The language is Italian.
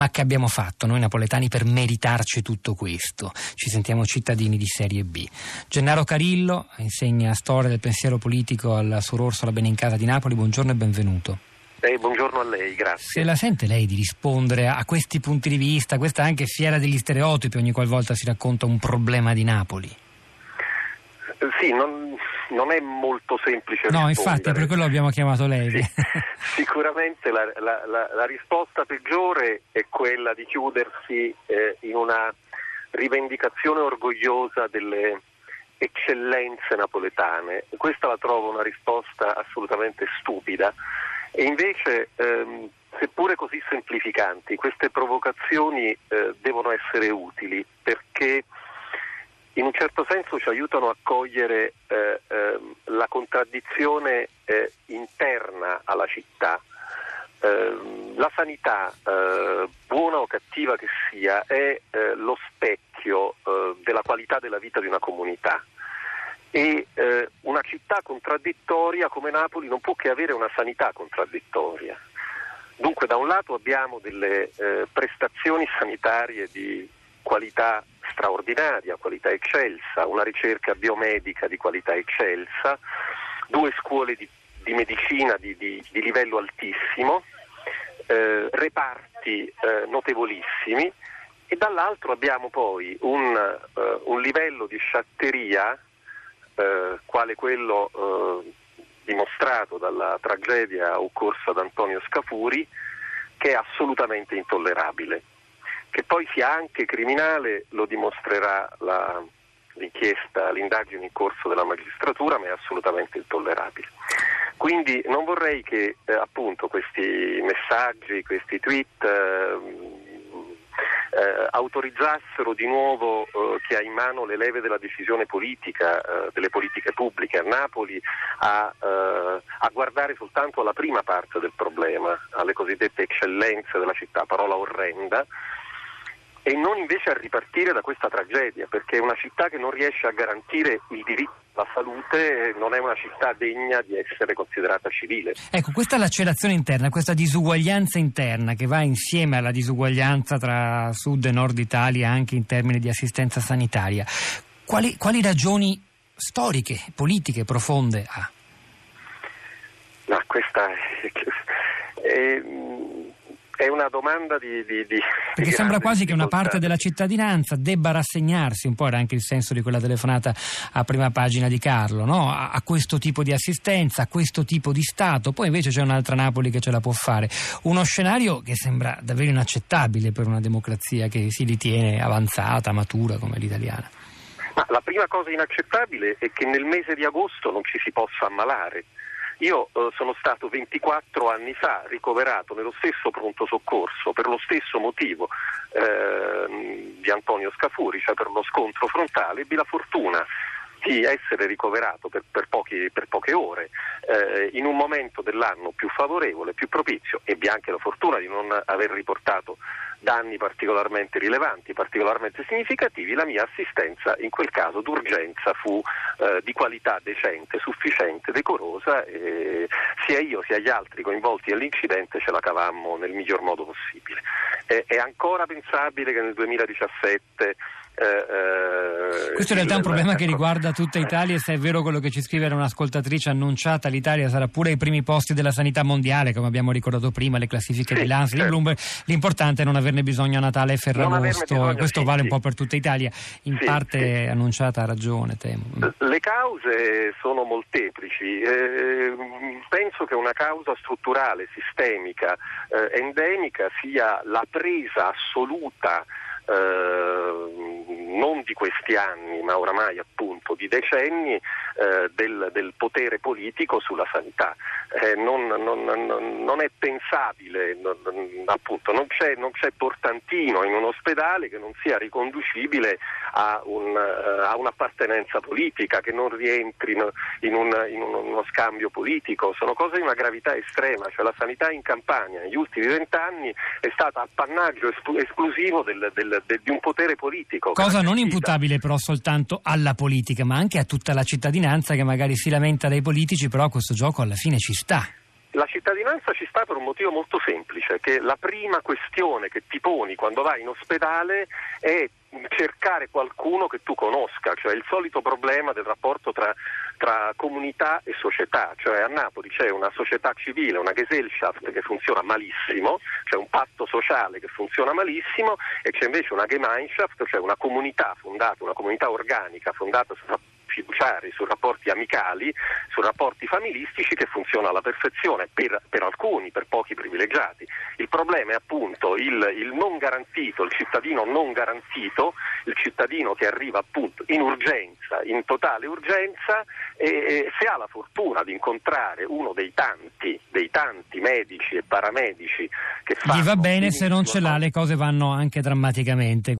Ma che abbiamo fatto noi napoletani per meritarci tutto questo? Ci sentiamo cittadini di serie B. Gennaro Carillo insegna storia del pensiero politico al Suor Orsola Benincasa di Napoli. Buongiorno e benvenuto. Buongiorno a lei, grazie. Se la sente lei di rispondere a questi punti di vista, questa anche fiera degli stereotipi ogni qualvolta si racconta un problema di Napoli? Sì, non è molto semplice no, rispondere. Infatti, per quello abbiamo chiamato lei. Sì. Sicuramente la risposta peggiore è quella di chiudersi in una rivendicazione orgogliosa delle eccellenze napoletane. Questa la trovo una risposta assolutamente stupida e invece, seppure così semplificanti, queste provocazioni devono essere utili perché in un certo senso ci aiutano a cogliere la contraddizione interna alla città. La sanità, buona o cattiva che sia, è lo specchio della qualità della vita di una comunità e una città contraddittoria come Napoli non può che avere una sanità contraddittoria. Dunque, da un lato abbiamo delle prestazioni sanitarie di qualità straordinaria, qualità eccelsa, una ricerca biomedica di qualità eccelsa, 2 scuole di medicina di livello altissimo, reparti notevolissimi e dall'altro abbiamo poi un livello di sciatteria quale quello dimostrato dalla tragedia occorsa ad Antonio Scafuri, che è assolutamente intollerabile. Che poi sia anche criminale lo dimostrerà l'indagine in corso della magistratura, ma è assolutamente intollerabile. Quindi non vorrei che appunto questi messaggi, questi tweet autorizzassero di nuovo chi ha in mano le leve della decisione politica, delle politiche pubbliche a Napoli, a guardare soltanto alla prima parte del problema, alle cosiddette eccellenze della città, parola orrenda, e non invece a ripartire da questa tragedia, perché una città che non riesce a garantire il diritto alla salute non è una città degna di essere considerata civile. Ecco, questa lacerazione interna, questa disuguaglianza interna che va insieme alla disuguaglianza tra Sud e Nord Italia anche in termini di assistenza sanitaria, quali ragioni storiche, politiche profonde ha? No, questa è una domanda perché sembra quasi che una parte della cittadinanza debba rassegnarsi, un po' era anche il senso di quella telefonata a prima pagina di Carlo, no? a questo tipo di assistenza, a questo tipo di Stato. Poi invece c'è un'altra Napoli che ce la può fare. Uno scenario che sembra davvero inaccettabile per una democrazia che si ritiene avanzata, matura come l'italiana. Ma la prima cosa inaccettabile è che nel mese di agosto non ci si possa ammalare. Io sono stato 24 anni fa ricoverato nello stesso pronto soccorso per lo stesso motivo di Antonio Scafuri, cioè per lo scontro frontale. Ebbi la fortuna di essere ricoverato per poche ore in un momento dell'anno più favorevole, più propizio. Ebbi anche la fortuna di non aver riportato danni particolarmente rilevanti, particolarmente significativi. La mia assistenza in quel caso d'urgenza fu di qualità decente, sufficiente, decorosa, e sia io sia gli altri coinvolti nell'incidente ce la cavammo nel miglior modo possibile. È ancora pensabile che nel 2017 questo in realtà è un problema che riguarda tutta Italia, e se è vero quello che ci scrive era un'ascoltatrice annunciata, l'Italia sarà pure ai primi posti della sanità mondiale, come abbiamo ricordato prima, le classifiche di Lanza, di Bloomberg. L'importante è non averne bisogno a Natale e Ferragosto, e questo vale un po' per tutta Italia. In parte annunciata ha ragione, temo. Le cause sono molteplici. Penso che una causa strutturale, sistemica, endemica sia la presa assoluta non di questi anni, ma oramai appunto di decenni del potere politico sulla sanità. Non è pensabile, appunto, non c'è portantino in un ospedale che non sia riconducibile a un'appartenenza politica, che non rientri in uno scambio politico. Sono cose di una gravità estrema, cioè la sanità in Campania negli ultimi 20 anni è stata appannaggio esclusivo di un potere politico. Cosa non imputabile però soltanto alla politica, ma anche a tutta la cittadinanza che magari si lamenta dai politici, però questo gioco alla fine ci sta. La cittadinanza cittadinanza ci sta per un motivo molto semplice, che la prima questione che ti poni quando vai in ospedale è cercare qualcuno che tu conosca, cioè il solito problema del rapporto tra comunità e società, cioè a Napoli c'è una società civile, una Gesellschaft che funziona malissimo, cioè un patto sociale che funziona malissimo, e c'è invece una Gemeinschaft, cioè una comunità organica fondata su fiduciari, su rapporti amicali, su rapporti familistici, che funziona alla perfezione per alcuni, per pochi privilegiati. Il problema è appunto il non garantito, il cittadino non garantito, il cittadino che arriva appunto in urgenza, in totale urgenza, e se ha la fortuna di incontrare uno dei tanti medici e paramedici che fanno... Gli va bene, se non ce l'ha le cose vanno anche drammaticamente.